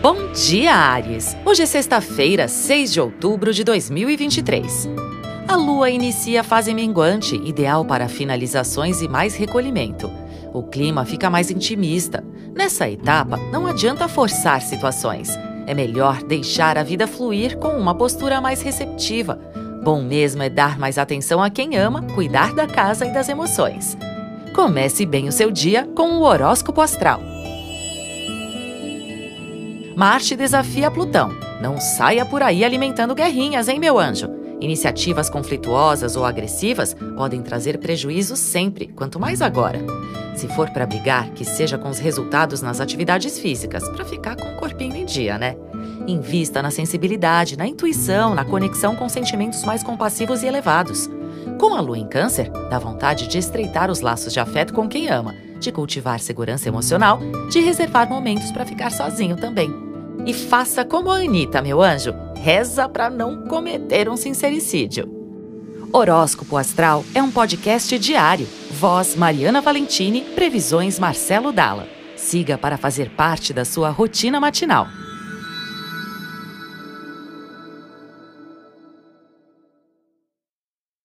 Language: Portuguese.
Bom dia, Áries! Hoje é sexta-feira, 6 de outubro de 2023. A Lua inicia a fase minguante, ideal para finalizações e mais recolhimento. O clima fica mais intimista. Nessa etapa, não adianta forçar situações. É melhor deixar a vida fluir com uma postura mais receptiva. Bom mesmo é dar mais atenção a quem ama, cuidar da casa e das emoções. Comece bem o seu dia com o horóscopo astral. Marte desafia Plutão. Não saia por aí alimentando guerrinhas, hein, meu anjo? Iniciativas conflituosas ou agressivas podem trazer prejuízo sempre, quanto mais agora. Se for para brigar, que seja com os resultados nas atividades físicas, para ficar com o corpinho em dia, né? Invista na sensibilidade, na intuição, na conexão com sentimentos mais compassivos e elevados. Com a Lua em Câncer, dá vontade de estreitar os laços de afeto com quem ama, de cultivar segurança emocional, de reservar momentos para ficar sozinho também. E faça como a Anitta, meu anjo, reza para não cometer um sincericídio. Horóscopo Astral é um podcast diário. Voz Mariana Valentini, previsões Marcelo Dalla. Siga para fazer parte da sua rotina matinal.